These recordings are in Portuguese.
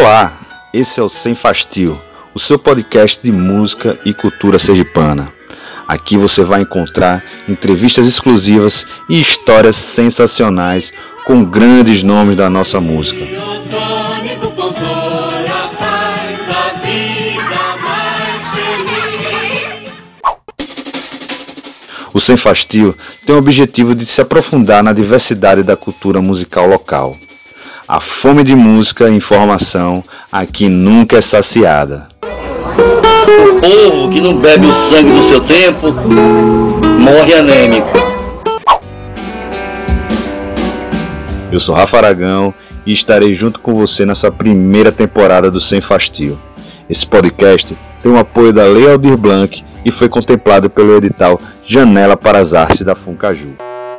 Olá, esse é o Sem Fastio, o seu podcast de música e cultura sergipana. Aqui você vai encontrar entrevistas exclusivas e histórias sensacionais com grandes nomes da nossa música. O Sem Fastio tem o objetivo de se aprofundar na diversidade da cultura musical local. A fome de música e informação aqui nunca é saciada. O povo que não bebe o sangue do seu tempo morre anêmico. Eu sou Rafa Aragão e estarei junto com você nessa primeira temporada do Sem Fastio. Esse podcast tem o apoio da Lei Aldir Blanc e foi contemplado pelo edital Janela para as Artes da Funcaju.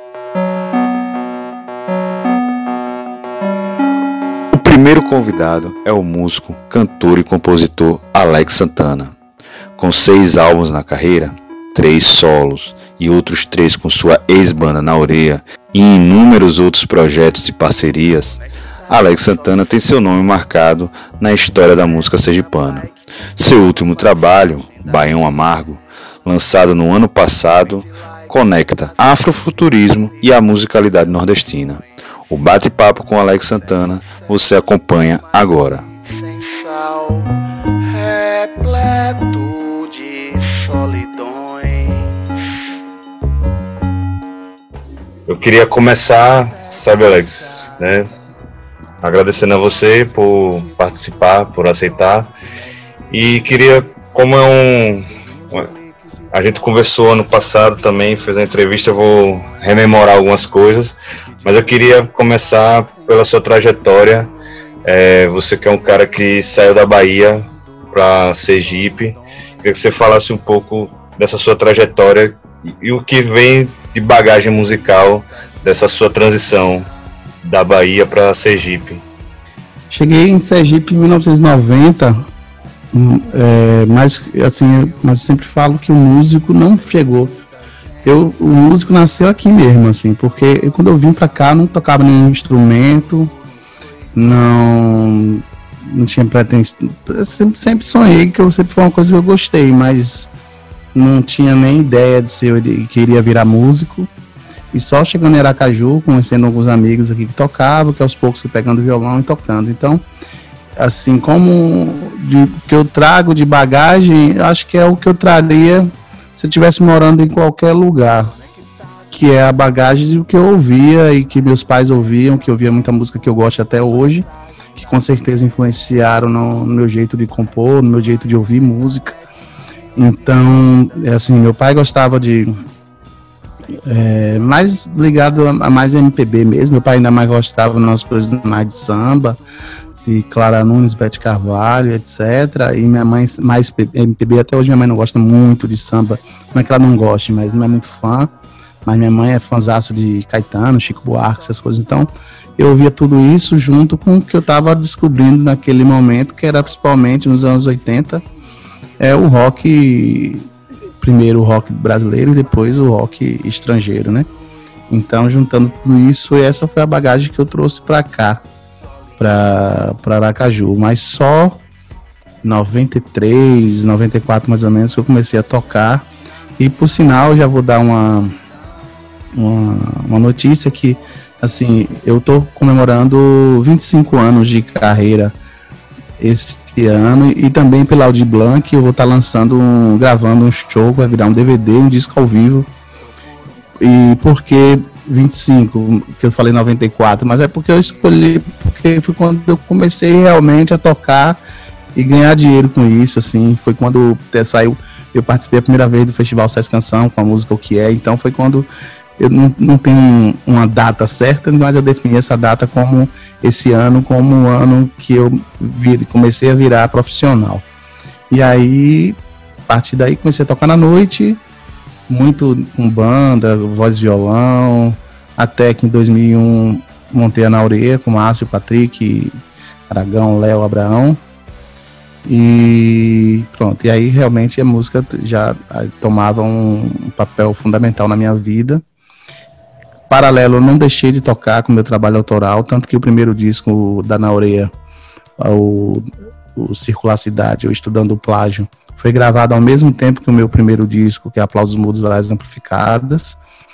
O primeiro convidado é o músico, cantor e compositor Alex Santana. Com 6 álbuns na carreira, 3 solos e outros 3 com sua ex-banda Naurea e inúmeros outros projetos e parcerias, Alex Santana tem seu nome marcado na história da música sergipana. Seu último trabalho, Baião Amargo, lançado no ano passado, conecta afrofuturismo e a musicalidade nordestina. O bate-papo com Alex Santana você acompanha agora. Repleto de solidões. Eu queria começar, sabe, Alex, né? Agradecendo a você por participar, por aceitar. E queria, como a gente conversou ano passado também, fez uma entrevista, eu vou rememorar algumas coisas, mas eu queria começar pela sua trajetória. Você que é um cara que saiu da Bahia para Sergipe, queria que você falasse um pouco dessa sua trajetória e o que vem de bagagem musical dessa sua transição da Bahia para Sergipe. Cheguei em Sergipe em 1990. Mas eu sempre falo que o músico não chegou. O músico nasceu aqui mesmo, assim, porque quando eu vim pra cá não tocava nenhum instrumento, não tinha pretensão. Sempre sonhei, que sempre foi uma coisa que eu gostei, mas não tinha nem ideia de se eu queria virar músico. E só chegando em Aracaju, conhecendo alguns amigos aqui que tocavam, que aos poucos fui pegando violão e tocando. Então, assim, como que eu trago de bagagem, acho que é o que eu traria se eu estivesse morando em qualquer lugar, que é a bagagem do que eu ouvia e que meus pais ouviam, que eu ouvia muita música que eu gosto até hoje, que com certeza influenciaram no meu jeito de compor, no meu jeito de ouvir música. Então, assim, meu pai gostava de mais ligado a mais MPB mesmo. Meu pai ainda mais gostava de umas coisas mais de samba, e Clara Nunes, Bete Carvalho, etc. E minha mãe mais MPB. Até hoje minha mãe não gosta muito de samba. Não é que ela não goste, mas não é muito fã. Mas minha mãe é fãzaça de Caetano, Chico Buarque, essas coisas. Então eu ouvia tudo isso junto com o que eu estava descobrindo naquele momento, que era principalmente nos anos 80, o rock, primeiro o rock brasileiro e depois o rock estrangeiro, né? Então, juntando tudo isso, essa foi a bagagem que eu trouxe para cá, para Aracaju, mas só 93, 94 mais ou menos que eu comecei a tocar. E por sinal, já vou dar uma notícia que, assim, eu tô comemorando 25 anos de carreira esse ano, e também pela Aldir Blanc eu vou estar gravando um show, vai virar um DVD, um disco ao vivo. E por que 25, que eu falei 94, mas é porque eu escolhi, porque foi quando eu comecei realmente a tocar e ganhar dinheiro com isso, assim. Foi quando saiu, eu participei a primeira vez do Festival Sesc Canção com a música O Que É. Então foi quando eu não tenho uma data certa, mas eu defini essa data como esse ano, como um ano que eu comecei a virar profissional. E aí, a partir daí, comecei a tocar na noite, muito com banda, voz e violão, até que em 2001 montei a Naurea com Márcio, Patrick, Aragão, Léo, Abraão. E pronto, e aí realmente a música já tomava um papel fundamental na minha vida. Paralelo, eu não deixei de tocar com o meu trabalho autoral, tanto que o primeiro disco da Naurea o Circular Cidade, ou Estudando o Plágio, foi gravado ao mesmo tempo que o meu primeiro disco, que é Aplausos Mudos, Vozes Amplificadas.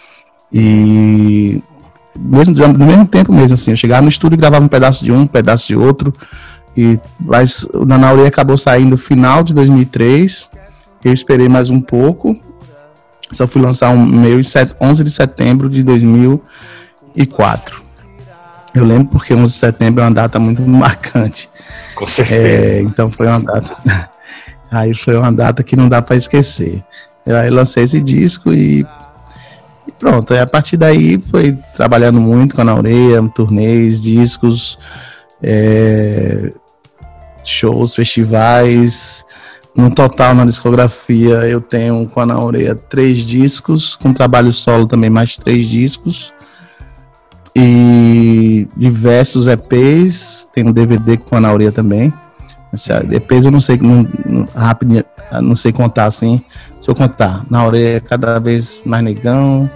E no mesmo tempo mesmo, assim, eu chegava no estúdio e gravava um pedaço de um pedaço de outro. Mas o Na Areia acabou saindo no final de 2003. Eu esperei mais um pouco. Só fui lançar um meu em 11 de setembro de 2004. Eu lembro porque 11 de setembro é uma data muito marcante. Com certeza. Então foi uma data. Aí foi uma data que não dá para esquecer. Eu aí lancei esse disco e pronto. Aí a partir daí foi trabalhando muito com a Na Areia, turnês, discos, shows, festivais. No total, na discografia, eu tenho com a Na Areia 3 discos, com trabalho solo também mais 3 discos. E diversos EPs, tem um DVD com a Na Areia também. EPs eu não sei, rápido, não sei contar assim. Se eu contar, Na Areia é cada vez mais negão.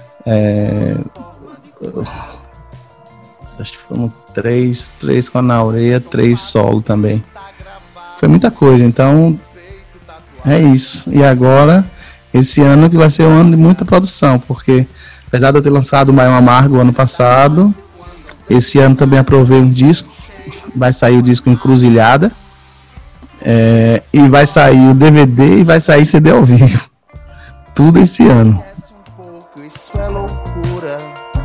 Acho que foram 3 com a Na Areia, 3 solo também. Foi muita coisa, então é isso. E agora, esse ano que vai ser um ano de muita produção, porque apesar de eu ter lançado o Baião Amargo ano passado, esse ano também aprovei um disco, vai sair o disco Encruzilhada, e vai sair o DVD e vai sair CD ao vivo. Tudo esse ano. Isso é loucura,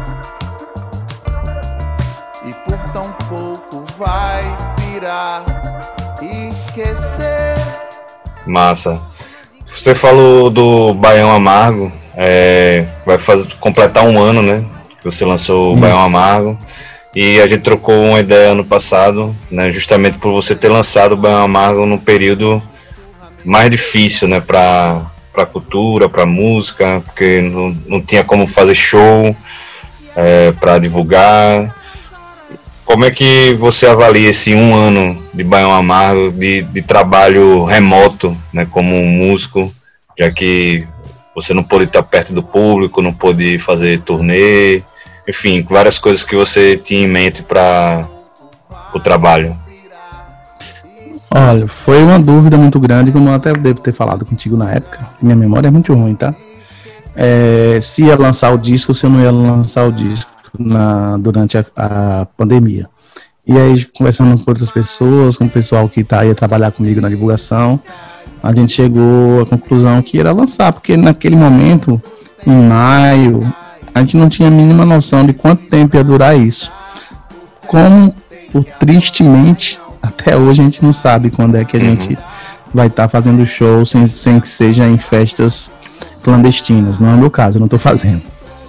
e por tão pouco vai pirar e esquecer. Massa. Você falou do Baião Amargo, vai completar um ano, né? Que você lançou o Baião Amargo. E a gente trocou uma ideia ano passado, né? Justamente por você ter lançado o Baião Amargo num período mais difícil, né? Para cultura, para música, porque não tinha como fazer show para divulgar. Como é que você avalia esse um ano de Baião Amargo, de trabalho remoto, né, como um músico, já que você não pôde estar perto do público, não pôde fazer turnê, enfim, várias coisas que você tinha em mente para o trabalho? Olha, foi uma dúvida muito grande, como eu até devo ter falado contigo na época. Minha memória é muito ruim, tá? Se ia lançar o disco, se eu não ia lançar o disco durante a pandemia. E aí, conversando com outras pessoas, com o pessoal que ia trabalhar comigo na divulgação, a gente chegou à conclusão que era lançar, porque naquele momento, em maio, a gente não tinha a mínima noção de quanto tempo ia durar isso. Como, tristemente, até hoje a gente não sabe quando é que a gente vai estar fazendo show sem que seja em festas clandestinas. Não é o meu caso, eu não estou fazendo.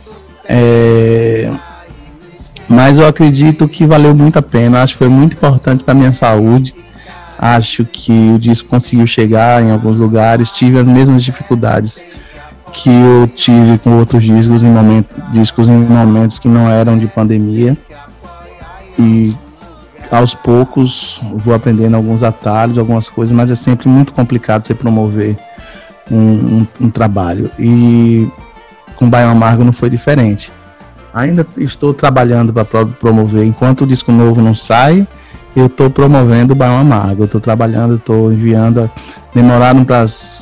Mas eu acredito que valeu muito a pena. Acho que foi muito importante para minha saúde. Acho que o disco conseguiu chegar em alguns lugares. Tive as mesmas dificuldades que eu tive com outros discos em momentos que não eram de pandemia. E aos poucos vou aprendendo alguns atalhos, algumas coisas, mas é sempre muito complicado você promover um trabalho. E com Baião Amargo não foi diferente. Ainda estou trabalhando para promover. Enquanto o disco novo não sai, eu estou promovendo o Baião Amargo. Eu estou trabalhando, estou enviando. Demoraram para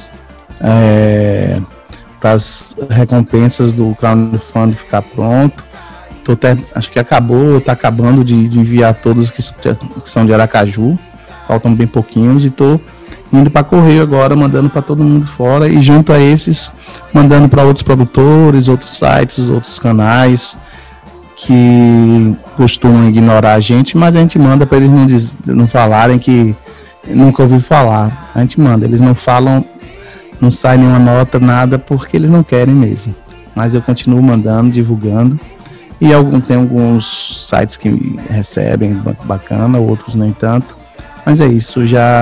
as recompensas do crowdfunding ficar pronto. Acho que está acabando de enviar todos que são de Aracaju. Faltam bem pouquinhos e estou indo para correio agora, mandando para todo mundo fora, e junto a esses, mandando para outros produtores, outros sites, outros canais que costumam ignorar a gente, mas a gente manda para eles não falarem que nunca ouviu falar. A gente manda, eles não falam, não sai nenhuma nota, nada, porque eles não querem mesmo. Mas eu continuo mandando, divulgando, e tem alguns sites que recebem bacana, outros nem tanto, mas é isso.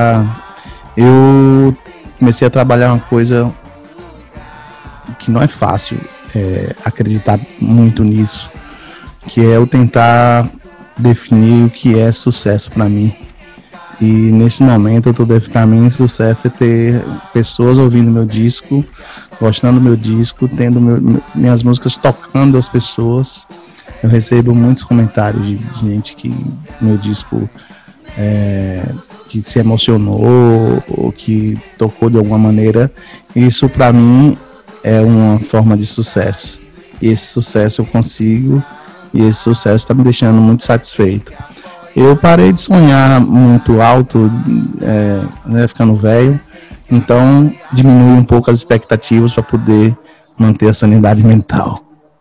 Eu comecei a trabalhar uma coisa que não é fácil acreditar muito nisso, que é eu tentar definir o que é sucesso para mim. E nesse momento para mim sucesso é ter pessoas ouvindo meu disco, gostando do meu disco, tendo minhas músicas tocando as pessoas. Eu recebo muitos comentários de gente que meu disco que se emocionou ou que tocou de alguma maneira, isso para mim é uma forma de sucesso. E esse sucesso eu consigo, e esse sucesso está me deixando muito satisfeito. Eu parei de sonhar muito alto, ficando velho, então diminui um pouco as expectativas para poder manter a sanidade mental.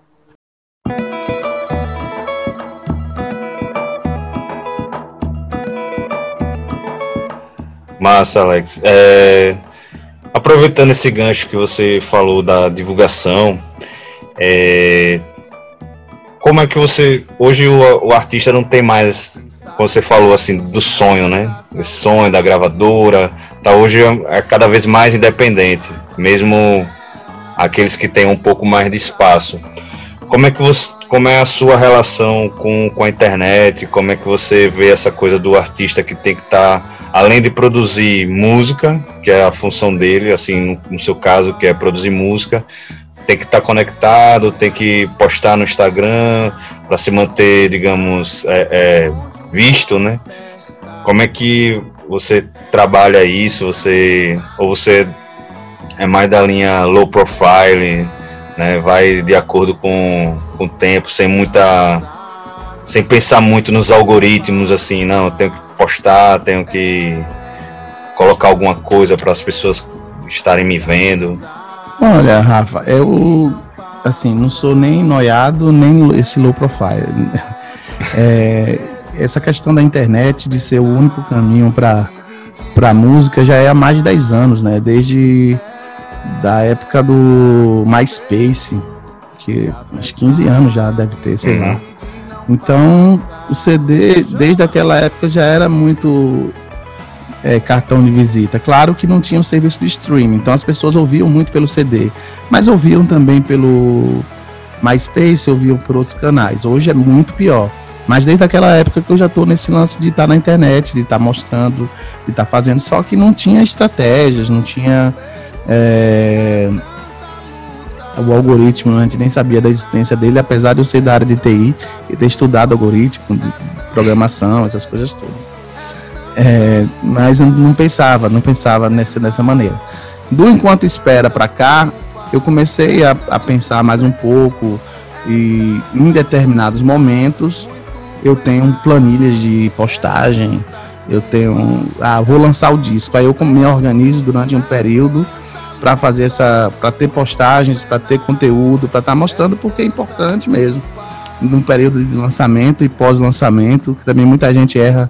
Massa, Alex. Aproveitando esse gancho que você falou da divulgação, como é que você... Hoje o artista não tem mais, como você falou, assim, do sonho, né? Esse sonho da gravadora, hoje é cada vez mais independente, mesmo aqueles que têm um pouco mais de espaço. Como é a sua relação com a internet? Como é que você vê essa coisa do artista que tem que estar, além de produzir música, que é a função dele, assim, no seu caso, que é produzir música, tem que estar conectado, tem que postar no Instagram para se manter, digamos, visto, né? Como é que você trabalha isso? Ou você é mais da linha low profile, né? Vai de acordo com o tempo, sem pensar muito nos algoritmos, assim, não, eu tenho que postar, tenho que colocar alguma coisa para as pessoas estarem me vendo. Olha, Rafa, eu assim, não sou nem noiado, nem esse low profile. Essa questão da internet de ser o único caminho para música já é há mais de 10 anos, né? Desde da época do MySpace, que acho que 15 anos já deve ter, sei lá. Então, o CD, desde aquela época, já era muito cartão de visita. Claro que não tinha um serviço de streaming, então as pessoas ouviam muito pelo CD, mas ouviam também pelo MySpace, ouviam por outros canais. Hoje é muito pior. Mas desde aquela época que eu já estou nesse lance de estar na internet, de estar mostrando, de estar fazendo, só que não tinha estratégias, não tinha o algoritmo, a gente nem sabia da existência dele, apesar de eu ser da área de TI e ter estudado algoritmo, de programação, essas coisas todas. Mas eu não pensava nessa maneira. Do Enquanto Espera para cá, eu comecei a pensar mais um pouco, e em determinados momentos eu tenho planilhas de postagem, eu tenho, vou lançar o disco, aí eu me organizo durante um período para fazer para ter postagens, para ter conteúdo, para estar mostrando, porque é importante mesmo, num período de lançamento e pós-lançamento, que também muita gente erra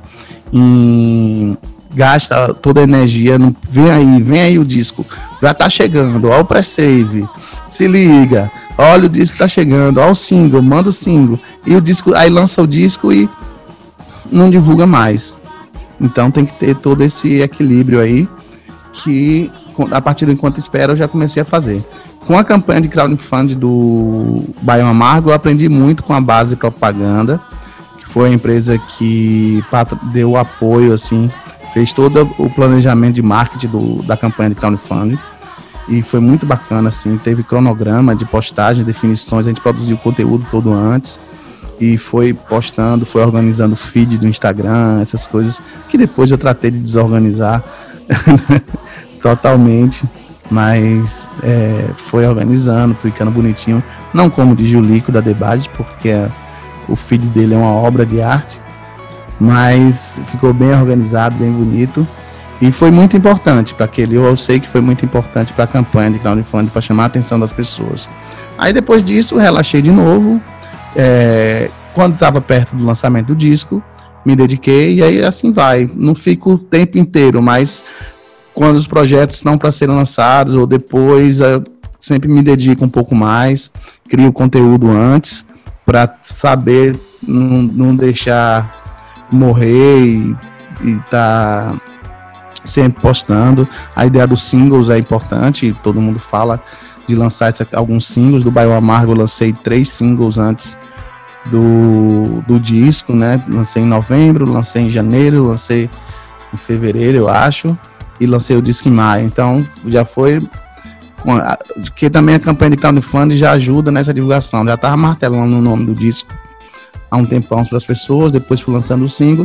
gasta toda a energia, vem aí o disco, já tá chegando, ó o pré-save, se liga, olha o disco tá chegando, ó o single, manda o single, e o disco, aí lança o disco e não divulga mais. Então tem que ter todo esse equilíbrio aí, que a partir do Enquanto Espera eu já comecei a fazer. Com a campanha de crowdfunding do Baião Amargo, eu aprendi muito com a Base Propaganda, que foi a empresa que deu apoio, assim, fez todo o planejamento de marketing da campanha de crowdfunding, e foi muito bacana, assim, teve cronograma de postagem, definições, a gente produziu o conteúdo todo antes, e foi postando, foi organizando o feed do Instagram, essas coisas, que depois eu tratei de desorganizar totalmente, mas foi organizando, ficando bonitinho, não como de Julico da Debate, porque o feed dele é uma obra de arte, mas ficou bem organizado, bem bonito, e foi muito importante para eu sei que foi muito importante para a campanha de crowdfunding, para chamar a atenção das pessoas. Aí depois disso, relaxei de novo, quando estava perto do lançamento do disco, me dediquei, e aí assim vai, não fico o tempo inteiro, mas quando os projetos estão para serem lançados, ou depois, eu sempre me dedico um pouco mais, crio conteúdo antes, para saber não deixar morrer e tá sempre postando. A ideia dos singles é importante, todo mundo fala de lançar alguns singles. Do Baião Amargo eu lancei 3 singles antes do disco, né? Lancei em novembro, lancei em janeiro, lancei em fevereiro, eu acho, e lancei o disco em maio. Então já foi, que também a campanha de crowdfunding já ajuda nessa divulgação, já estava martelando o nome do disco há um tempão para as pessoas, depois fui lançando os singles,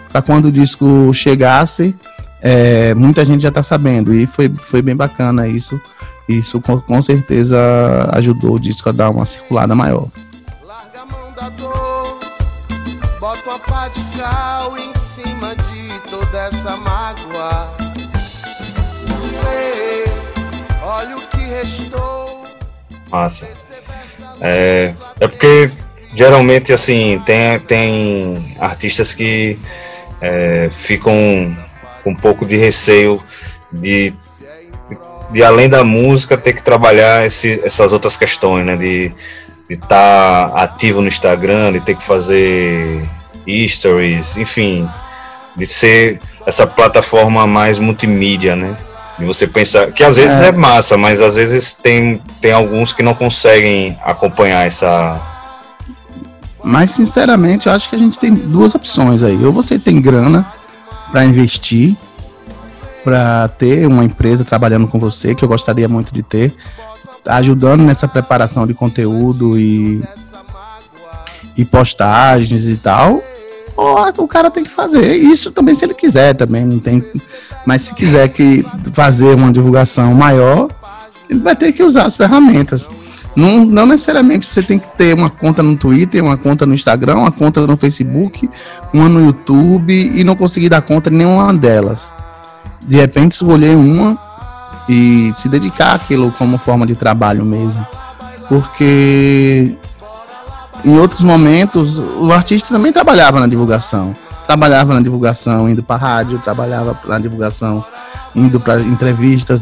para quando o disco chegasse, muita gente já tá sabendo, e foi bem bacana isso. Isso com certeza ajudou o disco a dar uma circulada maior. Larga a mão da dor, bota uma pá de cal em cima de toda essa mágoa. Olha o que restou. Massa. É porque geralmente assim tem artistas que ficam com um pouco de receio de além da música ter que trabalhar essas outras questões, né? De estar ativo no Instagram, de ter que fazer stories, enfim, de ser essa plataforma mais multimídia, né? De você pensar que às vezes é massa, mas às vezes tem alguns que não conseguem acompanhar essa. Mas sinceramente, eu acho que a gente tem duas opções aí. Ou você tem grana para investir, para ter uma empresa trabalhando com você, que eu gostaria muito de ter, ajudando nessa preparação de conteúdo e postagens e tal, ou o cara tem que fazer isso também, se ele quiser também, não tem, mas se quiser fazer uma divulgação maior, ele vai ter que usar as ferramentas. Não necessariamente você tem que ter uma conta no Twitter, uma conta no Instagram, uma conta no Facebook, uma no YouTube e não conseguir dar conta de nenhuma delas. De repente escolher uma e se dedicar àquilo como forma de trabalho mesmo. Porque em outros momentos o artista também trabalhava na divulgação. Trabalhava na divulgação indo para rádio, trabalhava na divulgação indo para entrevistas,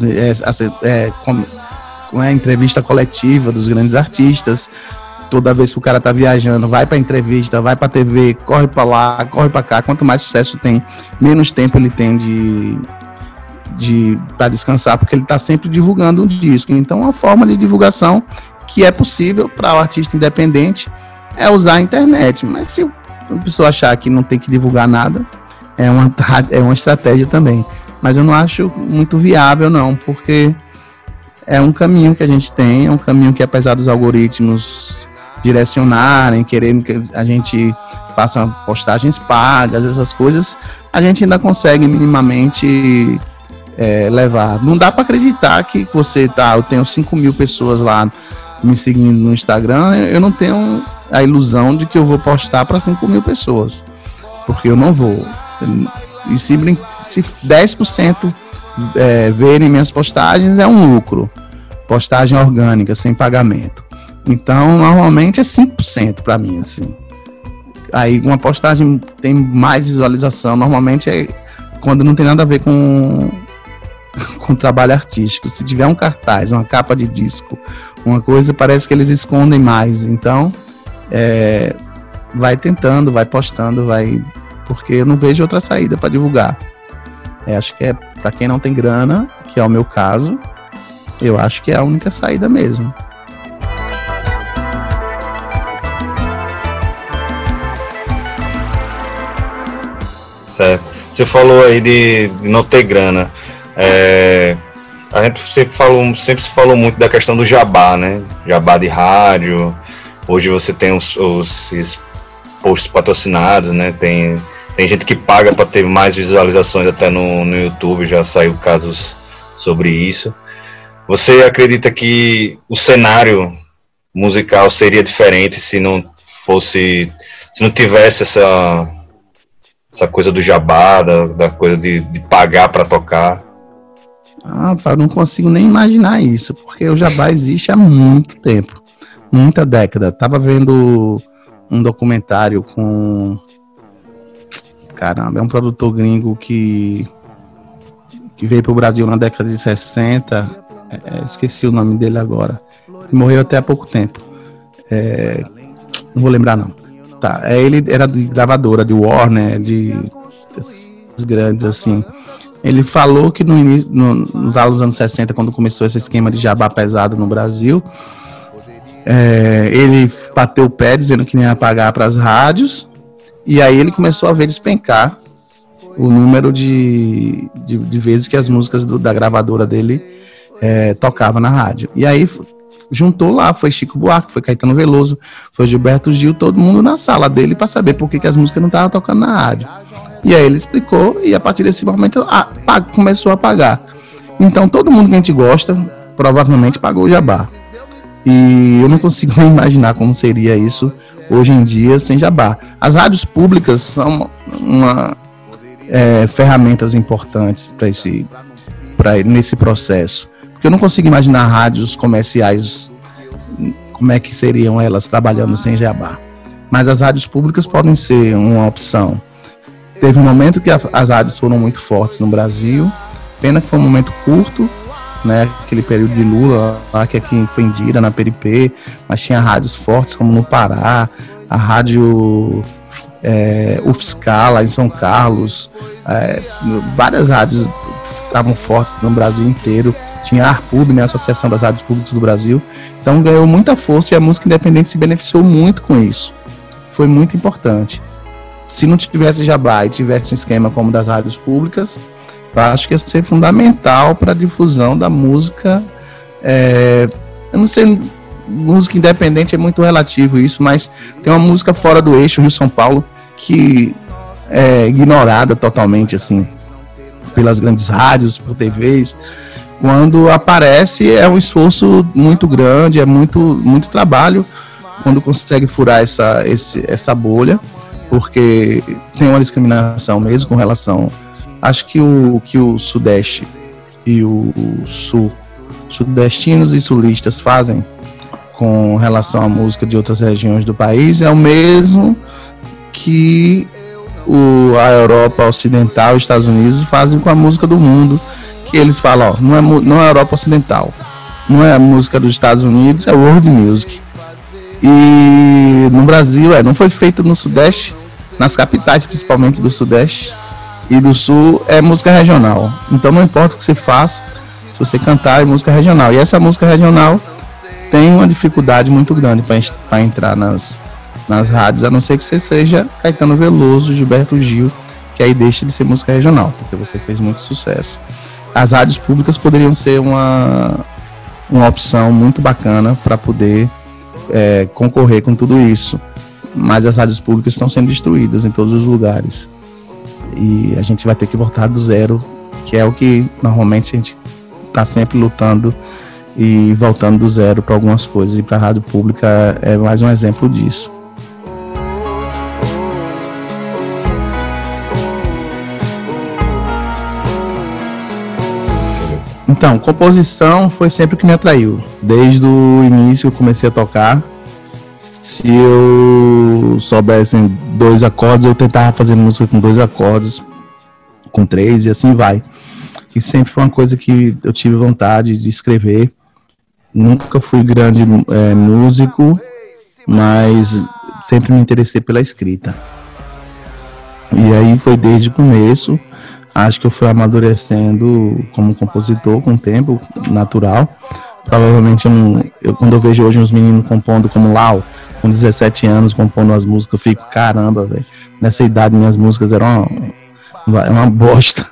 entrevista coletiva dos grandes artistas. Toda vez que o cara tá viajando, vai pra entrevista, vai pra TV, corre pra lá, corre pra cá. Quanto mais sucesso tem, menos tempo ele tem para descansar, porque ele tá sempre divulgando um disco. Então, uma forma de divulgação que é possível para o artista independente é usar a internet. Mas se a pessoa achar que não tem que divulgar nada, é uma estratégia também. Mas eu não acho muito viável, não, porque é um caminho que a gente tem, é um caminho que, apesar dos algoritmos direcionarem, querendo que a gente faça postagens pagas, essas coisas, a gente ainda consegue minimamente levar. Não dá para acreditar que eu tenho 5 mil pessoas lá me seguindo no Instagram, eu não tenho a ilusão de que eu vou postar para 5 mil pessoas, porque eu não vou. E se 10% verem minhas postagens, é um lucro. Postagem orgânica, sem pagamento. Então, normalmente é 5% para mim, assim. Aí uma postagem tem mais visualização, normalmente é quando não tem nada a ver com trabalho artístico. Se tiver um cartaz, uma capa de disco, uma coisa, parece que eles escondem mais. Então, vai tentando, vai postando, porque eu não vejo outra saída para divulgar. Acho que para quem não tem grana, que é o meu caso, eu acho que é a única saída mesmo. Certo. Você falou aí de não ter grana. A gente sempre se falou muito da questão do jabá, né? Jabá de rádio. Hoje você tem os posts patrocinados, né? Tem gente que paga para ter mais visualizações até no YouTube, já saiu casos sobre isso. Você acredita que o cenário musical seria diferente se não tivesse essa coisa do jabá, da coisa de pagar para tocar? Eu não consigo nem imaginar isso, porque o jabá existe há muito tempo, muita década. Tava vendo um documentário com... Caramba, é um produtor gringo que veio pro Brasil na década de 60, esqueci o nome dele agora, morreu até há pouco tempo, não vou lembrar não. Tá, ele era de gravadora, de Warner, desses grandes assim. Ele falou que no início, nos anos 60, quando começou esse esquema de jabá pesado no Brasil, ele bateu o pé dizendo que nem ia pagar para as rádios, e aí ele começou a ver despencar o número de vezes que as músicas da gravadora dele tocavam na rádio. E aí juntou lá, foi Chico Buarque, foi Caetano Veloso, foi Gilberto Gil, todo mundo na sala dele para saber por que as músicas não estavam tocando na rádio. E aí ele explicou e a partir desse momento começou a pagar. Então todo mundo que a gente gosta provavelmente pagou o jabá. E eu não consigo nem imaginar como seria isso hoje em dia sem jabá. As rádios públicas são ferramentas importantes nesse processo. Porque eu não consigo imaginar rádios comerciais, como é que seriam elas trabalhando sem jabá. Mas as rádios públicas podem ser uma opção. Teve um momento que as rádios foram muito fortes no Brasil, pena que foi um momento curto, né? Aquele período de Lula, lá que aqui foi Indira, na Peripê, mas tinha rádios fortes como no Pará, a rádio UFSCar lá em São Carlos, várias rádios estavam fortes no Brasil inteiro. Tinha a ARPUB, né, a Associação das Rádios Públicas do Brasil. Então ganhou muita força e a música independente se beneficiou muito com isso. Foi muito importante. Se não tivesse jabá e tivesse um esquema como das rádios públicas, eu acho que ia ser fundamental para a difusão da música. Eu não sei, música independente é muito relativo isso, mas tem uma música fora do eixo, Rio-São Paulo, que é ignorada totalmente, assim, pelas grandes rádios, por TVs. Quando aparece é um esforço muito grande, é muito trabalho quando consegue furar essa bolha, porque tem uma discriminação mesmo com relação. Acho que o Sudeste e o Sul, sudestinos e sulistas fazem com relação à música de outras regiões do país é o mesmo que a Europa Ocidental e os Estados Unidos fazem com a música do mundo, que eles falam, não é a Europa Ocidental, não é a música dos Estados Unidos, é world music. E no Brasil, não foi feito no Sudeste, nas capitais principalmente do Sudeste e do Sul, é música regional. Então não importa o que você faça, se você cantar é música regional. E essa música regional tem uma dificuldade muito grande para entrar nas rádios, a não ser que você seja Caetano Veloso, Gilberto Gil, que aí deixa de ser música regional, porque você fez muito sucesso. As rádios públicas poderiam ser uma opção muito bacana para poder concorrer com tudo isso, mas as rádios públicas estão sendo destruídas em todos os lugares e a gente vai ter que voltar do zero, que é o que normalmente a gente está sempre lutando e voltando do zero para algumas coisas, e para a rádio pública é mais um exemplo disso. Então, composição foi sempre o que me atraiu. Desde o início eu comecei a tocar. Se eu soubesse 2 acordes, eu tentava fazer música com 2 acordes, com 3 e assim vai. E sempre foi uma coisa que eu tive vontade de escrever. Nunca fui grande músico, mas sempre me interessei pela escrita. E aí foi desde o começo. Acho que eu fui amadurecendo como compositor com o tempo natural. Provavelmente, quando eu vejo hoje uns meninos compondo como Lau, com 17 anos, compondo as músicas, eu fico, caramba, velho. Nessa idade, minhas músicas eram uma bosta.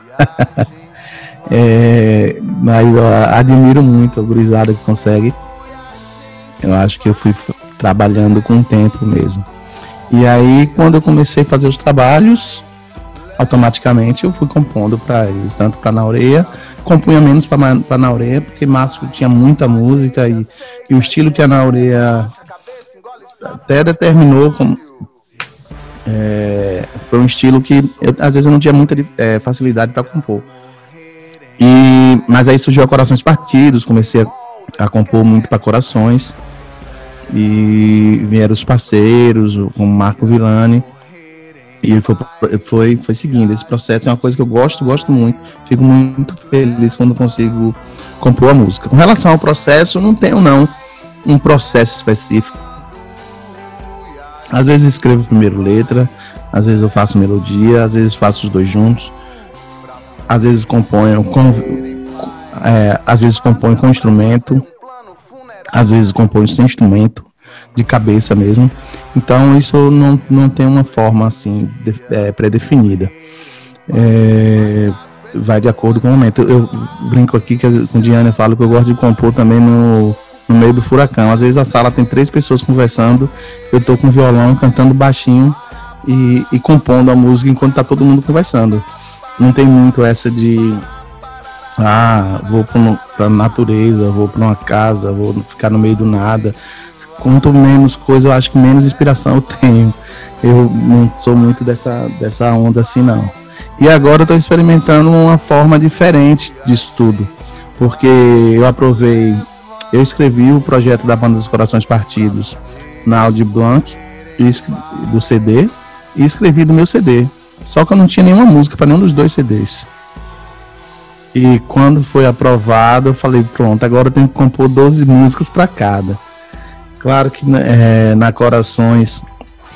Mas eu admiro muito a gurizada que consegue. Eu acho que eu fui trabalhando com o tempo mesmo. E aí, quando eu comecei a fazer os trabalhos, automaticamente eu fui compondo para eles, tanto para Naureia, compunha menos para Naureia, porque Márcio tinha muita música e o estilo que a Naureia até determinou foi um estilo que às vezes eu não tinha muita facilidade para compor. Mas aí surgiu a Corações Partidos, comecei a compor muito para Corações e vieram os parceiros, como Marco Villani. E foi seguindo. Esse processo é uma coisa que eu gosto muito. Fico muito feliz quando consigo compor a música. Com relação ao processo, não tenho um processo específico. Às vezes eu escrevo primeiro letra, às vezes eu faço melodia, às vezes faço os dois juntos. Às vezes componho com instrumento, às vezes componho sem instrumento, de cabeça mesmo. Então isso não tem uma forma assim pré-definida. Vai de acordo com o momento. Eu brinco aqui com Diana, eu falo que eu gosto de compor também no meio do furacão. Às vezes a sala tem 3 pessoas conversando, eu tô com violão cantando baixinho e compondo a música enquanto tá todo mundo conversando. Não tem muito essa de vou pra natureza, vou pra uma casa, vou ficar no meio do nada. Quanto menos coisa, eu acho que menos inspiração eu tenho. Eu não sou muito dessa onda assim, não. E agora eu tô experimentando uma forma diferente disso tudo, porque eu escrevi o projeto da Banda dos Corações Partidos na Audi Blanc do CD, e escrevi do meu CD, só que eu não tinha nenhuma música para nenhum dos dois CDs. E quando foi aprovado, eu falei, pronto, agora eu tenho que compor 12 músicas para cada. Claro que na Corações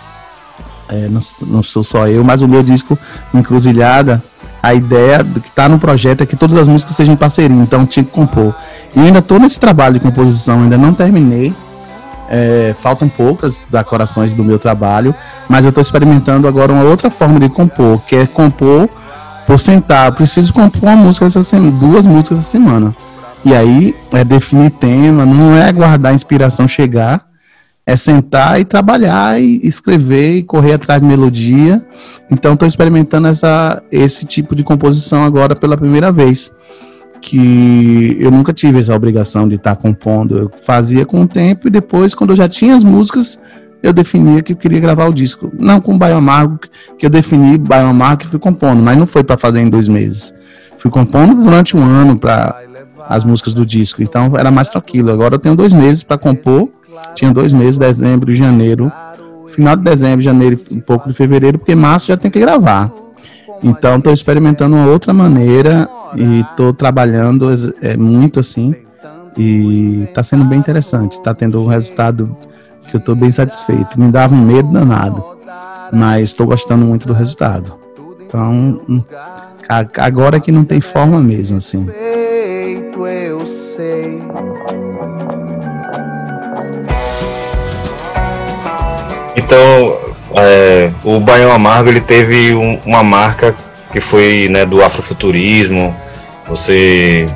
não sou só eu, mas o meu disco Encruzilhada, a ideia do que está no projeto é que todas as músicas sejam em parceria, então tinha que compor. E ainda estou nesse trabalho de composição, ainda não terminei, faltam poucas da Corações do meu trabalho, mas eu estou experimentando agora uma outra forma de compor, que é compor por sentar. Eu preciso compor uma música essa semana, 2 músicas essa semana. E aí é definir tema, não é aguardar a inspiração chegar, é sentar e trabalhar e escrever e correr atrás de melodia. Então estou experimentando esse tipo de composição agora pela primeira vez, que eu nunca tive essa obrigação de estar compondo. Eu fazia com o tempo e depois, quando eu já tinha as músicas, eu definia que eu queria gravar o disco. Não com o Baião Amargo, que eu defini Baião Amargo e fui compondo, mas não foi para fazer em 2 meses. Fui compondo durante 1 ano para as músicas do disco, então era mais tranquilo. Agora eu tenho 2 meses para compor. Tinha 2 meses, dezembro e janeiro, final de dezembro, janeiro e um pouco de fevereiro, porque março já tem que gravar. Então estou experimentando uma outra maneira e estou trabalhando muito assim, e está sendo bem interessante, está tendo um resultado que eu estou bem satisfeito. Me dava um medo danado, mas estou gostando muito do resultado. Então agora que não tem forma mesmo assim. Eu sei. Então, o Baião Amargo, ele teve uma marca que foi, né, do afrofuturismo. Você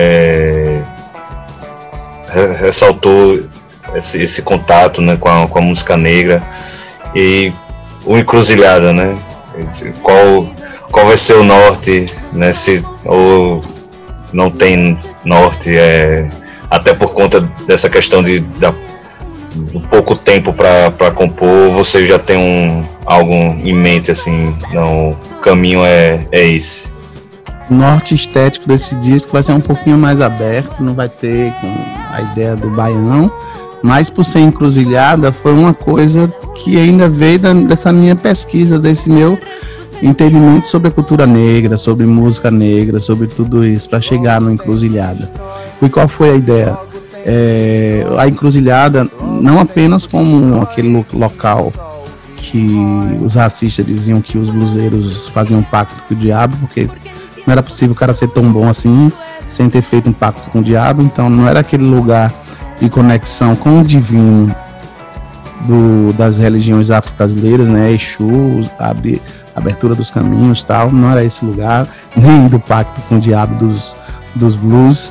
ressaltou esse contato, né, com a música negra. E o Encruzilhada, né? Qual vai ser o norte, né? Ou não tem norte, até por conta dessa questão do pouco tempo para compor, você já tem algo em mente, assim, não, o caminho é esse? O norte estético desse disco vai ser um pouquinho mais aberto, não vai ter com a ideia do baião, mas por ser Encruzilhada, foi uma coisa que ainda veio dessa minha pesquisa, desse meu entendimento sobre a cultura negra, sobre música negra, sobre tudo isso, para chegar no Encruzilhada. E qual foi a ideia? A Encruzilhada, não apenas como aquele local que os racistas diziam que os bluseiros faziam um pacto com o diabo, porque não era possível o cara ser tão bom assim sem ter feito um pacto com o diabo. Então não era aquele lugar de conexão com o divino das religiões afro-brasileiras, né? Exu, abertura dos caminhos, tal. Não era esse lugar, nem do pacto com o diabo do blues.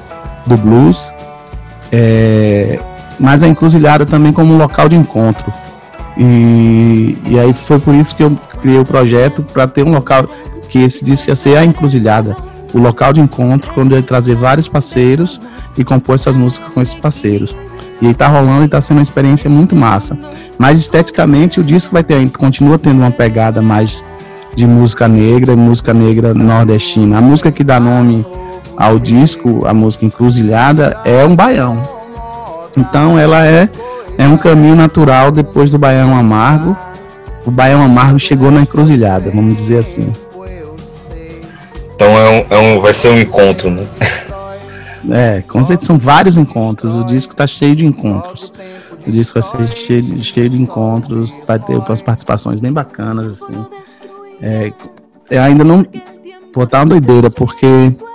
Mas a Encruzilhada também como um local de encontro, e aí foi por isso que eu criei o projeto, para ter um local que esse disco ia ser a Encruzilhada, o local de encontro, quando eu ia trazer vários parceiros e compor essas músicas com esses parceiros. E aí tá rolando e tá sendo uma experiência muito massa. Mas esteticamente o disco continua tendo uma pegada mais de música negra nordestina. A música que dá nome ao disco, a música Encruzilhada, é um baião. Então ela é um caminho natural depois do Baião Amargo. O Baião Amargo chegou na Encruzilhada, vamos dizer assim. Então vai ser um encontro, né? Com certeza são vários encontros. O disco está cheio de encontros. O disco vai ser cheio de encontros, vai ter umas participações bem bacanas, assim. Eu ainda não... Pô, tá uma doideira, porque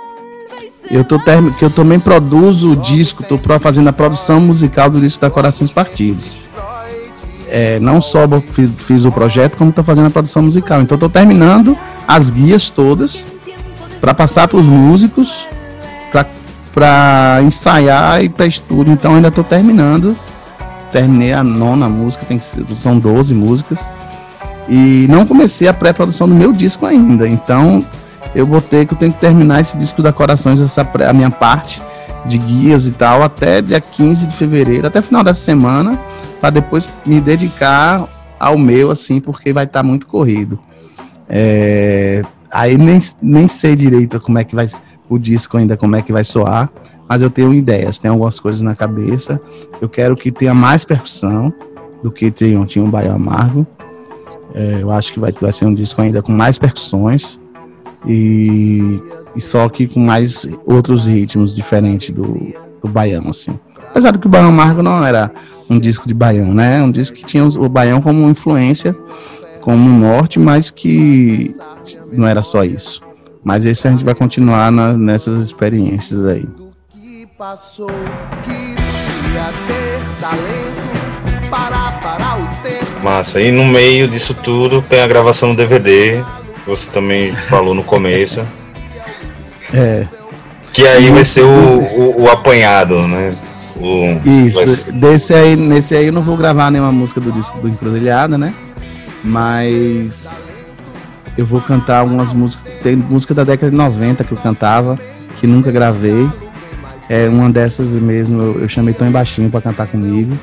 eu também produzo o disco, tô fazendo a produção musical do disco da Corações Partidos. Não só fiz o projeto, como tô fazendo a produção musical. Então tô terminando as guias todas para passar para os músicos, para ensaiar e para estúdio. Então ainda tô terminei a 9ª música, são 12 músicas. E não comecei a pré-produção do meu disco ainda. Então, eu botei que eu tenho que terminar esse disco da Corações, a minha parte de guias e tal, até dia 15 de fevereiro, até o final dessa semana, para depois me dedicar ao meu, assim, porque vai estar muito corrido. Aí nem sei direito como é que vai o disco ainda, como é que vai soar, mas eu tenho ideias, tenho algumas coisas na cabeça. Eu quero que tenha mais percussão do que tinha um Baião Amargo. Eu acho que vai ser um disco ainda com mais percussões e só que com mais outros ritmos diferentes do baião, assim. Apesar de que o Baião Amargo não era um disco de baião, né? Um disco que tinha o baião como influência, como norte, mas que não era só isso. Mas esse a gente vai continuar nessas experiências aí. Que passou, queria ter talento para o tempo. Massa, e no meio disso tudo tem a gravação do DVD, que você também falou no começo. Que aí vai ser o apanhado, né? Isso, nesse aí eu não vou gravar nenhuma música do disco do Encruzilhada, né? Mas eu vou cantar algumas músicas. Tem música da década de 90 que eu cantava, que nunca gravei. Uma dessas mesmo eu chamei Tão Baixinho pra cantar comigo.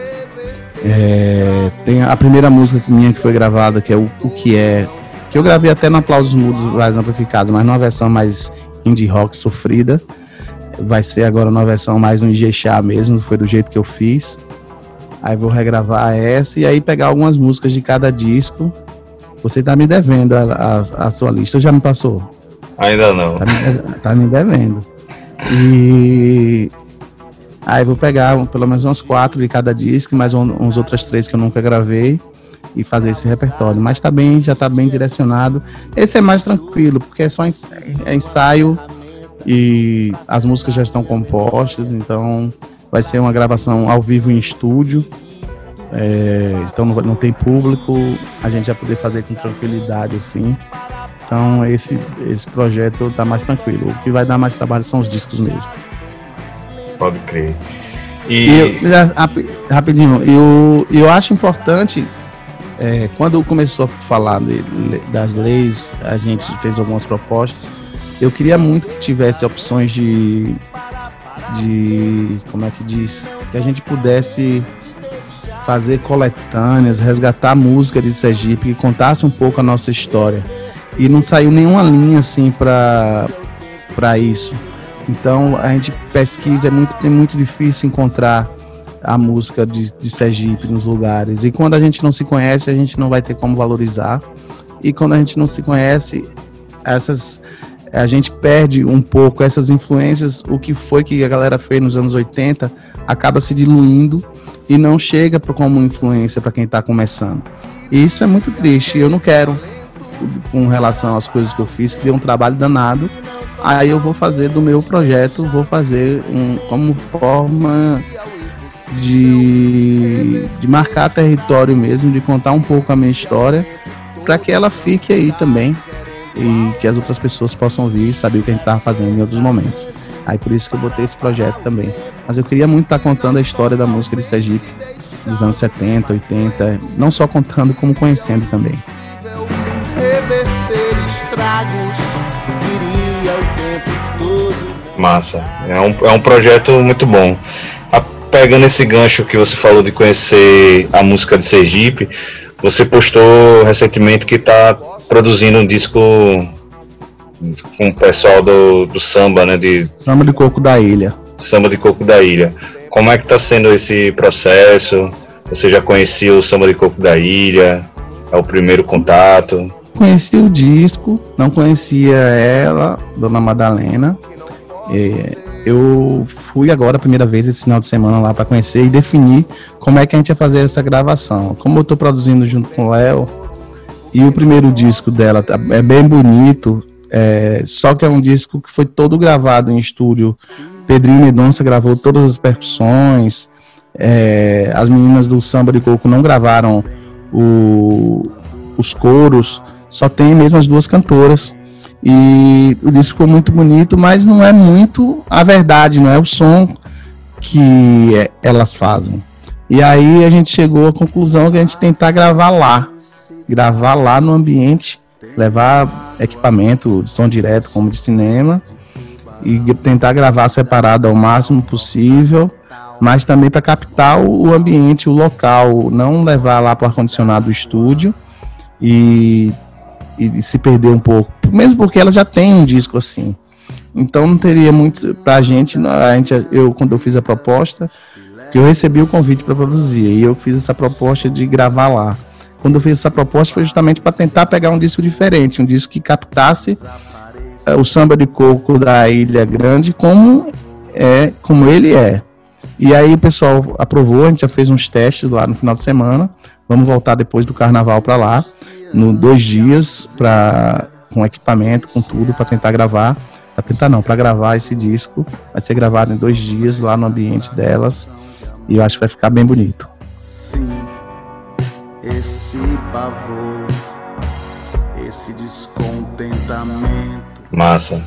Tem a primeira música minha que foi gravada, que é O Que É, que eu gravei até no Aplausos Mudos mais amplificados, mas numa versão mais indie rock sofrida. Vai ser agora uma versão mais um Ijexá mesmo, foi do jeito que eu fiz. Aí vou regravar essa e aí pegar algumas músicas de cada disco. Você tá me devendo a sua lista, já me passou? Ainda não. Tá me devendo. E aí vou pegar pelo menos umas 4 de cada disco, mais uns outras 3 que eu nunca gravei e fazer esse repertório. Mas já tá bem direcionado. Esse é mais tranquilo, porque é só ensaio e as músicas já estão compostas, então vai ser uma gravação ao vivo em estúdio. Então não tem público, a gente vai poder fazer com tranquilidade assim. Então esse projeto tá mais tranquilo. O que vai dar mais trabalho são os discos mesmo. Pode crer. Rapidinho, eu acho importante, quando começou a falar das leis, a gente fez algumas propostas. Eu queria muito que tivesse opções de como é que diz, que a gente pudesse fazer coletâneas, resgatar música de Sergipe, que contasse um pouco a nossa história. E não saiu nenhuma linha assim para isso. Então a gente pesquisa, é muito difícil encontrar a música de Sergipe nos lugares. E quando a gente não se conhece, a gente não vai ter como valorizar. E quando a gente não se conhece, a gente perde um pouco essas influências. O que foi que a galera fez nos anos 80 acaba se diluindo e não chega como influência para quem está começando. E isso é muito triste. Eu não quero, com relação às coisas que eu fiz, que deu um trabalho danado. Aí eu vou fazer do meu projeto, como forma de marcar território mesmo, de contar um pouco a minha história, para que ela fique aí também e que as outras pessoas possam ouvir e saber o que a gente estava fazendo em outros momentos. Aí por isso que eu botei esse projeto também. Mas eu queria muito estar contando a história da música de Sergipe dos anos 70, 80, não só contando, como conhecendo também. Reverter estragos, diria o tempo todo. Massa, é um projeto muito bom. Pegando esse gancho que você falou de conhecer a música de Sergipe, você postou recentemente que está produzindo um disco com o pessoal do samba, né? Samba de Coco da Ilha. Samba de Coco da Ilha. Como é que está sendo esse processo? Você já conhecia o Samba de Coco da Ilha? É o primeiro contato? Conheci o disco, não conhecia ela, Dona Madalena. Eu fui agora a primeira vez esse final de semana lá para conhecer e definir como é que a gente ia fazer essa gravação. Como eu estou produzindo junto com o Léo, e o primeiro disco dela é bem bonito, só que é um disco que foi todo gravado em estúdio. Pedrinho Mendonça gravou todas as percussões, as meninas do Samba de Coco não gravaram os coros, só tem mesmo as duas cantoras. E o disco ficou muito bonito, mas não é muito a verdade, não é o som que elas fazem. E aí a gente chegou à conclusão que a gente tentar gravar lá. gravar lá no ambiente, levar equipamento de som direto, como de cinema, e tentar gravar separado ao máximo possível, mas também para captar o ambiente, o local, não levar lá para o ar-condicionado do estúdio e se perder um pouco, mesmo porque ela já tem um disco assim. Então não teria muito pra gente, quando eu fiz a proposta, que eu recebi o convite para produzir, e eu fiz essa proposta de gravar lá. Quando eu fiz essa proposta foi justamente para tentar pegar um disco diferente, um disco que captasse o samba de coco da Ilha Grande como ele é. E aí o pessoal aprovou, a gente já fez uns testes lá no final de semana. Vamos voltar depois do carnaval para lá, 2 dias, com equipamento, com tudo, para tentar gravar. Para gravar esse disco. Vai ser gravado em 2 dias lá no ambiente delas. E eu acho que vai ficar bem bonito. Sim, esse pavor, esse descontentamento. Massa.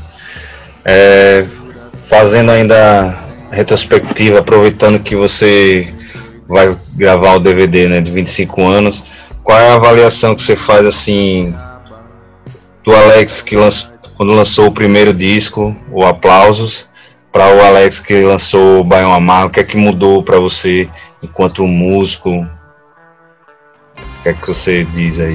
Fazendo ainda retrospectiva, aproveitando que você vai gravar o DVD, né, de 25 anos, qual é a avaliação que você faz assim do Alex quando lançou o primeiro disco, o Aplausos, para o Alex que lançou o Baião Amargo? O que é que mudou para você enquanto músico? O que é que você diz aí?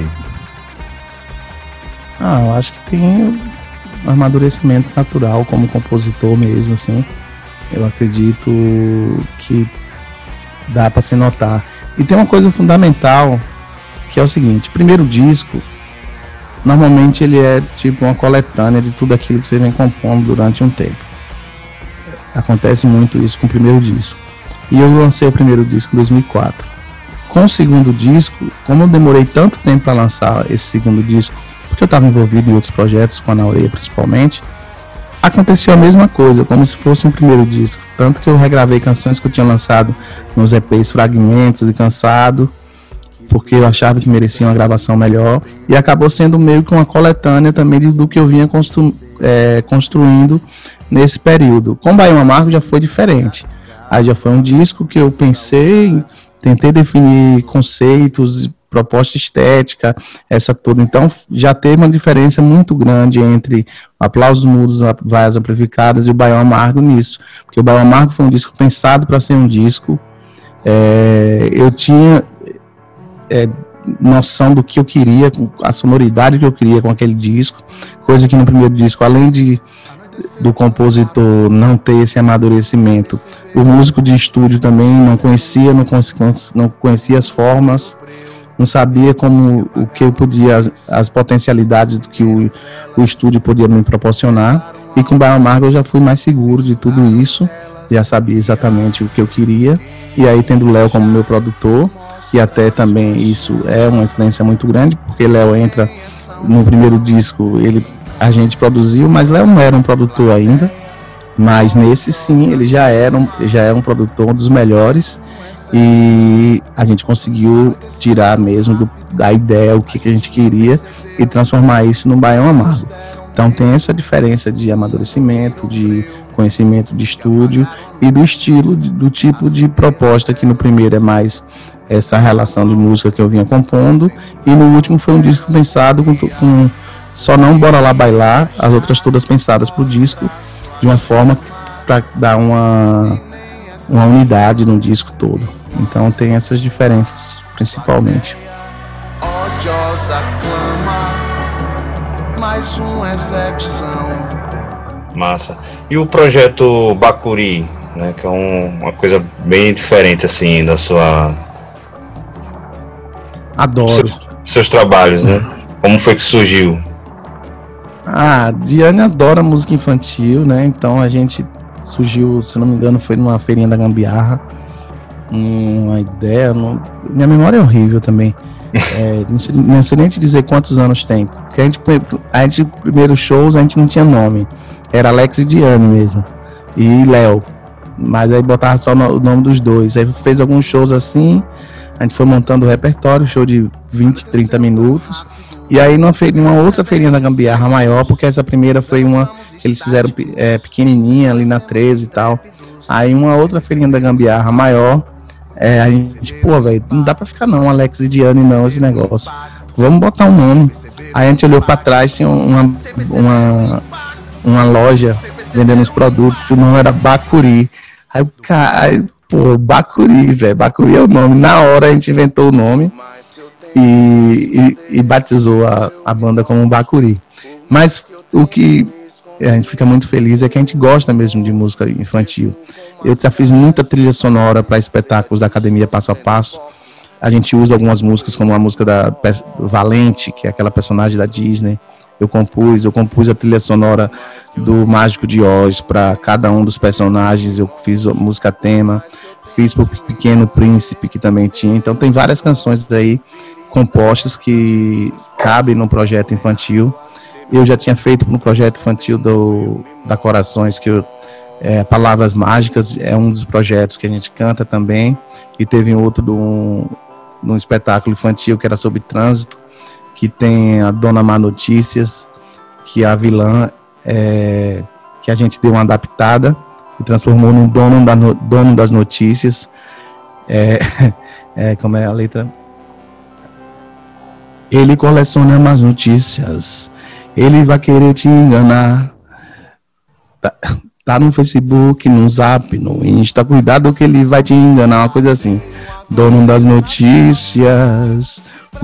Eu acho que tem um amadurecimento natural como compositor mesmo, assim. Eu acredito que dá para se notar. E tem uma coisa fundamental, que é o seguinte: o primeiro disco, normalmente ele é tipo uma coletânea de tudo aquilo que você vem compondo durante um tempo. Acontece muito isso com o primeiro disco. E eu lancei o primeiro disco em 2004. Com o segundo disco, como eu demorei tanto tempo para lançar esse segundo disco, porque eu estava envolvido em outros projetos, com a Naureia principalmente, aconteceu a mesma coisa, como se fosse um primeiro disco. Tanto que eu regravei canções que eu tinha lançado nos EPs Fragmentos e Cansado, porque eu achava que merecia uma gravação melhor, e acabou sendo meio que uma coletânea também do que eu vinha construindo nesse período. Com Baião Amargo já foi diferente. Aí já foi um disco que eu pensei, tentei definir conceitos, proposta estética, essa toda. Então já teve uma diferença muito grande entre Aplausos Mudos, Vaias Amplificadas e o Baião Amargo nisso. Porque o Baião Amargo foi um disco pensado para ser um disco. Eu tinha noção do que eu queria, a sonoridade que eu queria com aquele disco, coisa que no primeiro disco, além do compositor não ter esse amadurecimento, o músico de estúdio também não conhecia as formas, não sabia o que eu podia, as potencialidades do que o estúdio podia me proporcionar. E com o Baião Amargo eu já fui mais seguro de tudo isso, já sabia exatamente o que eu queria. E aí, tendo o Léo como meu produtor, que até também isso é uma influência muito grande, porque Léo entra no primeiro disco, a gente produziu, mas Léo não era um produtor ainda, mas nesse sim, ele já é um produtor, um dos melhores, e a gente conseguiu tirar mesmo da ideia o que a gente queria e transformar isso num Baião Amargo. Então tem essa diferença de amadurecimento, de conhecimento de estúdio e do estilo, do tipo de proposta, que no primeiro é mais essa relação de música que eu vinha compondo, e no último foi um disco pensado com Só Não Bora Lá Bailar, as outras todas pensadas pro disco, de uma forma para dar uma unidade no disco todo. Então tem essas diferenças, principalmente. Odiosa clama, mais uma excepção. Massa. E o projeto Bacuri, né, que é uma coisa bem diferente assim da sua... Adoro. Seus trabalhos, né? Como foi que surgiu? Diane adora música infantil, né? Então a gente surgiu, se não me engano, foi numa feirinha da Gambiarra. Uma ideia. Minha memória é horrível também. Não sei nem te dizer quantos anos tem. Porque a gente primeiros shows, a gente não tinha nome. Era Alex e Diane mesmo. E Léo. Mas aí botava só o nome dos dois. Aí fez alguns shows assim. A gente foi montando o repertório, show de 20, 30 minutos. E aí numa outra feirinha da Gambiarra maior, porque essa primeira foi uma que eles fizeram pequenininha ali na 13 e tal. Aí uma outra feirinha da Gambiarra maior, a gente, velho, não dá pra ficar não, Alex e Diane não, esse negócio. vamos botar um nome. Aí a gente olhou para trás, tinha uma loja vendendo os produtos que o nome era Bacuri. Aí o cara, pô, Bacuri, velho, Bacuri é o nome. Na hora a gente inventou o nome e batizou a banda como Bacuri. Mas o que a gente fica muito feliz é que a gente gosta mesmo de música infantil. Eu já fiz muita trilha sonora para espetáculos da Academia Passo a Passo. A gente usa algumas músicas, como a música da Valente, que é aquela personagem da Disney. Eu compus a trilha sonora do Mágico de Oz para cada um dos personagens. Eu fiz a música tema, fiz para o Pequeno Príncipe, que também tinha. Então tem várias canções aí compostas que cabem no projeto infantil. Eu já tinha feito no projeto infantil da Corações, que Palavras Mágicas é um dos projetos que a gente canta também. E teve outro de um espetáculo infantil que era sobre trânsito, que tem a Dona Má Notícias, que a vilã, que a gente deu uma adaptada e transformou no dono das notícias. Como é a letra? Ele coleciona más notícias, ele vai querer te enganar. Tá no Facebook, no Zap, no Insta, cuidado que ele vai te enganar, uma coisa assim. Dono das notícias.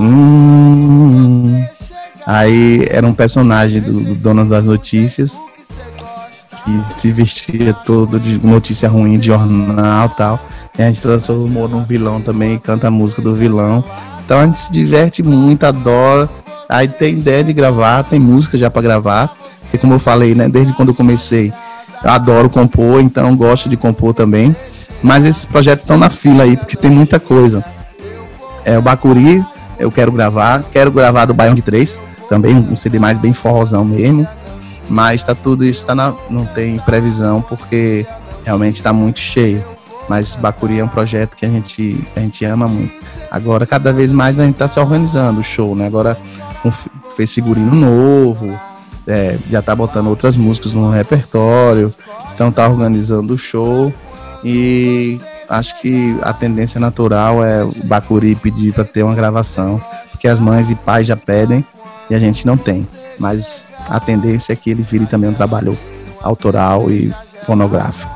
Aí era um personagem do Dono das Notícias que se vestia todo de notícia ruim, de jornal e tal. E a gente transformou num vilão também, canta a música do vilão. Então a gente se diverte muito, adora. Aí tem ideia de gravar, tem música já para gravar. Porque como eu falei, né, desde quando eu comecei, eu adoro compor, então gosto de compor também. Mas esses projetos estão na fila aí, porque tem muita coisa. O Bacuri, eu quero gravar do Baião de 3, também um CD mais bem forrozão mesmo. Mas tudo isso não tem previsão, porque realmente está muito cheio. Mas Bacuri é um projeto que a gente ama muito. Agora, cada vez mais a gente está se organizando o show, né? Agora fez figurino novo, já está botando outras músicas no repertório, então está organizando o show. E acho que a tendência natural é o Bacuri pedir para ter uma gravação, porque as mães e pais já pedem e a gente não tem. Mas a tendência é que ele vire também um trabalho autoral e fonográfico.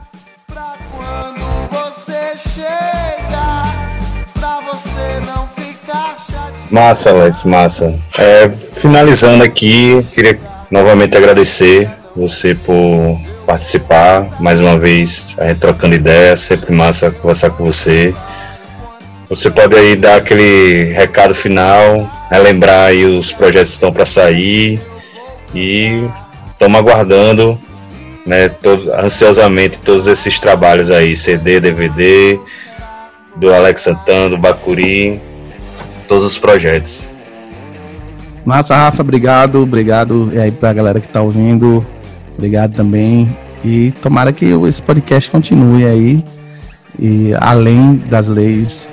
Massa, Alex, massa. Finalizando aqui, queria novamente agradecer você por participar mais uma vez, a gente trocando ideias, sempre massa conversar com você. Você pode aí dar aquele recado final, relembrar aí os projetos que estão para sair e estamos aguardando, né, ansiosamente todos esses trabalhos aí, CD, DVD, do Alex Santana, do Bacuri, todos os projetos. Massa, Rafa, obrigado e aí pra galera que tá ouvindo, obrigado também, e tomara que esse podcast continue aí, e além das leis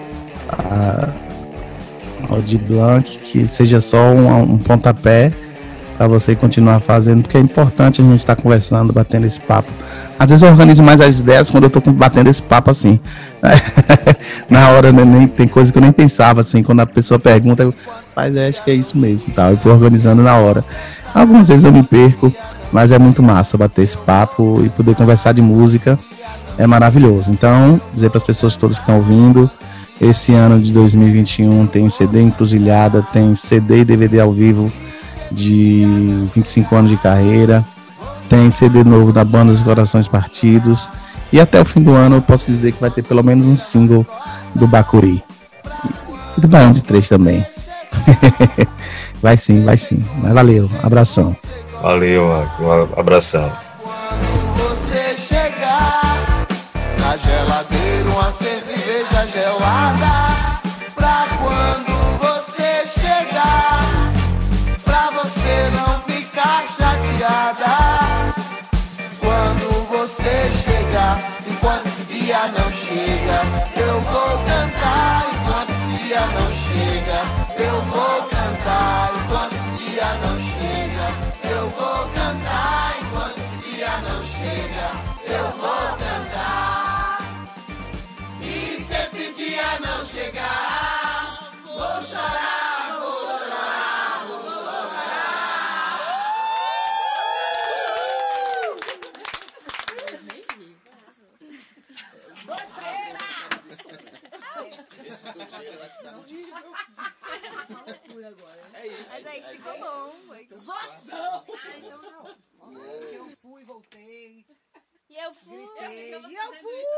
de Blanc, que seja só um pontapé para você continuar fazendo, porque é importante a gente estar conversando, batendo esse papo. Às vezes eu organizo mais as ideias quando eu tô batendo esse papo assim. Na hora, né, tem coisa que eu nem pensava, assim, quando a pessoa pergunta, eu acho que é isso mesmo, tá? Eu tô organizando na hora. Algumas vezes eu me perco, mas é muito massa bater esse papo e poder conversar de música, é maravilhoso. Então, dizer para as pessoas todas que estão ouvindo, esse ano de 2021 tem CD Encruzilhada, tem CD e DVD ao vivo de 25 anos de carreira, tem CD novo da Banda dos Corações Partidos, e até o fim do ano eu posso dizer que vai ter pelo menos um single do Bacuri e do Baião de 3 também. Vai sim, mas valeu, abração. Valeu, abração. Quando você chegar na geladeira, uma cerveja gelada, pra quando você chegar, pra você não ficar chateada. Quando você chegar, enquanto esse dia não chega, eu vou cantar. Enquanto esse dia não chega, eu vou cantar. Enquanto esse dia não chega, eu vou cantar. Enquanto esse dia não chega, eu vou cantar. E se esse dia não chegar, vou chorar, vou chorar. É isso. Mas aí ficou bom. Zoação! Ai, então tá ótimo. Porque eu fui, voltei. E eu fui. Gritei. E eu fui!